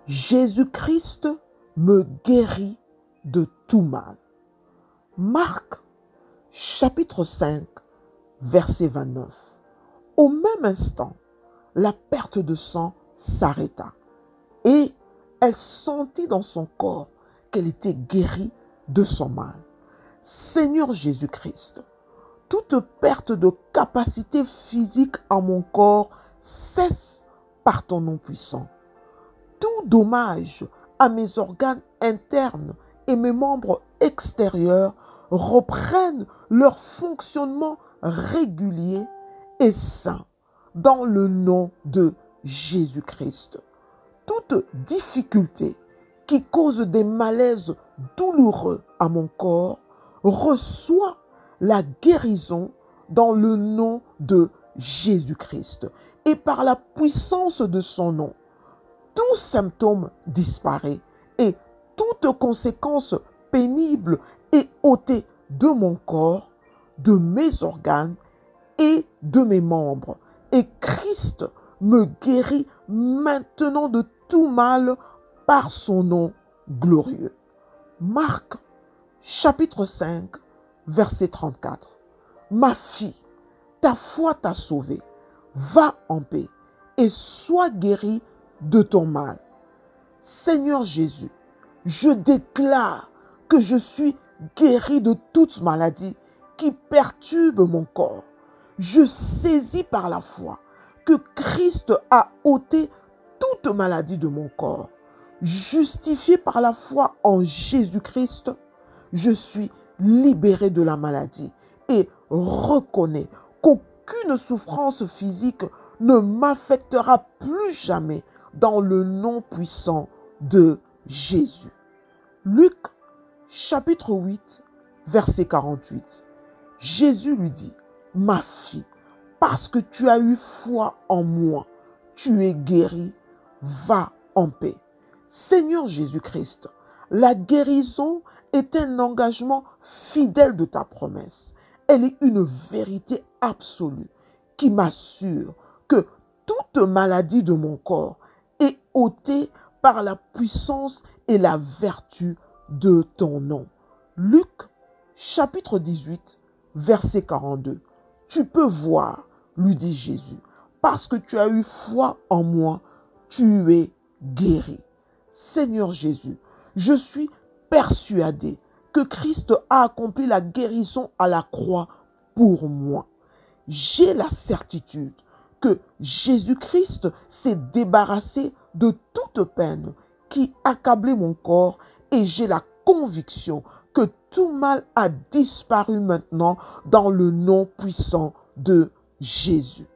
Jésus-Christ me guérit de tout mal. Marc, chapitre 5, verset 29. Au même instant, la perte de sang s'arrêta et elle sentit dans son corps qu'elle était guérie de son mal. Seigneur Jésus-Christ, toute perte de capacité physique en mon corps cesse par ton nom puissant. Tout dommage à mes organes internes et mes membres extérieurs reprennent leur fonctionnement régulier et sain dans le nom de Jésus-Christ. Toute difficulté qui cause des malaises douloureux à mon corps reçoit la guérison dans le nom de Jésus-Christ. Et par la puissance de son nom, tout symptôme disparaît et toute conséquence pénible est ôtée de mon corps, de mes organes et de mes membres. Et Christ me guérit maintenant de tout mal par son nom glorieux. Marc, chapitre 5, verset 34. Ma fille, ta foi t'a sauvée. Va en paix et sois guérie de ton mal. Seigneur Jésus, je déclare que je suis guéri de toute maladie qui perturbe mon corps. Je saisis par la foi que Christ a ôté toute maladie de mon corps. Justifié par la foi en Jésus-Christ, je suis libéré de la maladie et reconnais qu'aucune souffrance physique ne m'affectera plus jamais dans le nom puissant de Jésus. Luc, chapitre 8, verset 48. Jésus lui dit, « Ma fille, parce que tu as eu foi en moi, tu es guérie, va en paix. » Seigneur Jésus-Christ, la guérison est un engagement fidèle de ta promesse. Elle est une vérité absolue qui m'assure que toute maladie de mon corps est ôtée par la puissance et la vertu de ton nom. Luc, chapitre 18, verset 42. Tu peux voir, lui dit Jésus, parce que tu as eu foi en moi, tu es guéri. Seigneur Jésus, je suis persuadé que Christ a accompli la guérison à la croix pour moi. J'ai la certitude que Jésus-Christ s'est débarrassé de toute peine qui accablait mon corps et j'ai la conviction que tout mal a disparu maintenant dans le nom puissant de Jésus.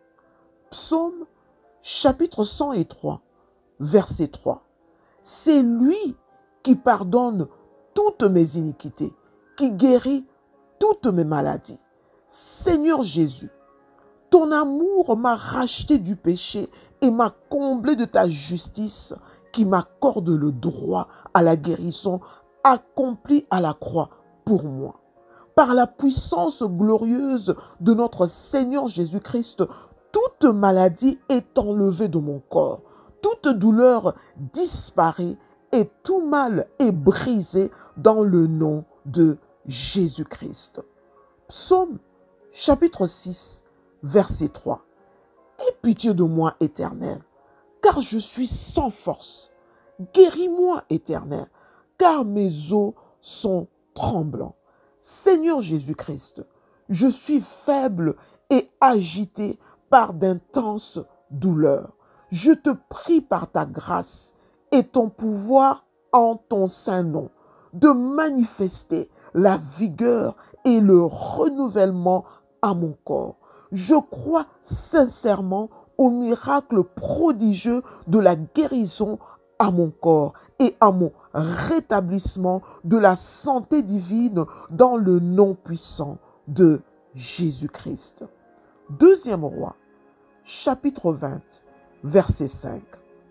Psaume chapitre 103, verset 3. C'est lui qui pardonne toutes mes iniquités, qui guérit toutes mes maladies. Seigneur Jésus, ton amour m'a racheté du péché et m'a comblé de ta justice qui m'accorde le droit à la guérison accomplie à la croix pour moi. Par la puissance glorieuse de notre Seigneur Jésus-Christ, toute maladie est enlevée de mon corps, toute douleur disparaît et tout mal est brisé dans le nom de Jésus-Christ. Psaume chapitre 6, verset 3. Aie pitié de moi, Éternel, car je suis sans force. Guéris-moi, Éternel, car mes os sont tremblants. Seigneur Jésus-Christ, je suis faible et agité par d'intenses douleurs. Je te prie par ta grâce et ton pouvoir en ton saint nom de manifester la vigueur et le renouvellement à mon corps. Je crois sincèrement au miracle prodigieux de la guérison à mon corps et à mon rétablissement de la santé divine dans le nom puissant de Jésus-Christ. Deuxième roi, chapitre 20, verset 5.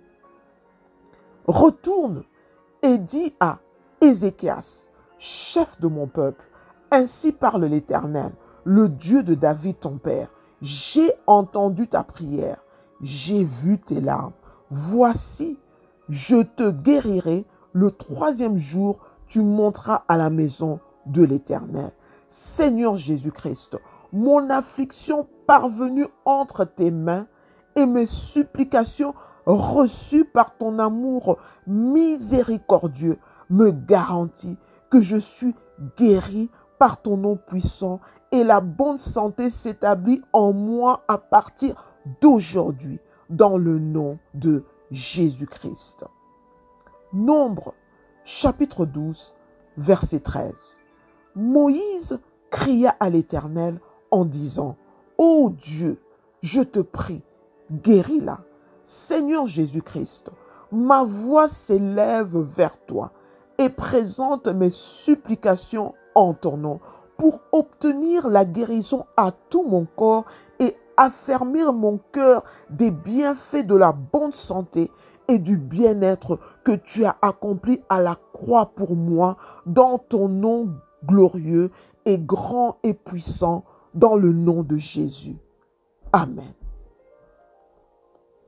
Retourne et dis à Ézéchias, chef de mon peuple, ainsi parle l'Éternel, le Dieu de David ton père. J'ai entendu ta prière, j'ai vu tes larmes. Voici, je te guérirai. Le troisième jour, tu monteras à la maison de l'Éternel. Seigneur Jésus-Christ, mon affliction parvenue entre tes mains et mes supplications reçues par ton amour miséricordieux me garantit que je suis guéri par ton nom puissant et la bonne santé s'établit en moi à partir d'aujourd'hui dans le nom de Jésus-Christ. Nombre, chapitre 12, verset 13. Moïse cria à l'Éternel en disant, « Ô Dieu, je te prie, guéris-la. Seigneur Jésus-Christ, ma voix s'élève vers toi et présente mes supplications en ton nom pour obtenir la guérison à tout mon corps et affermir mon cœur des bienfaits de la bonne santé et du bien-être que tu as accompli à la croix pour moi dans ton nom glorieux et grand et puissant dans le nom de Jésus. Amen.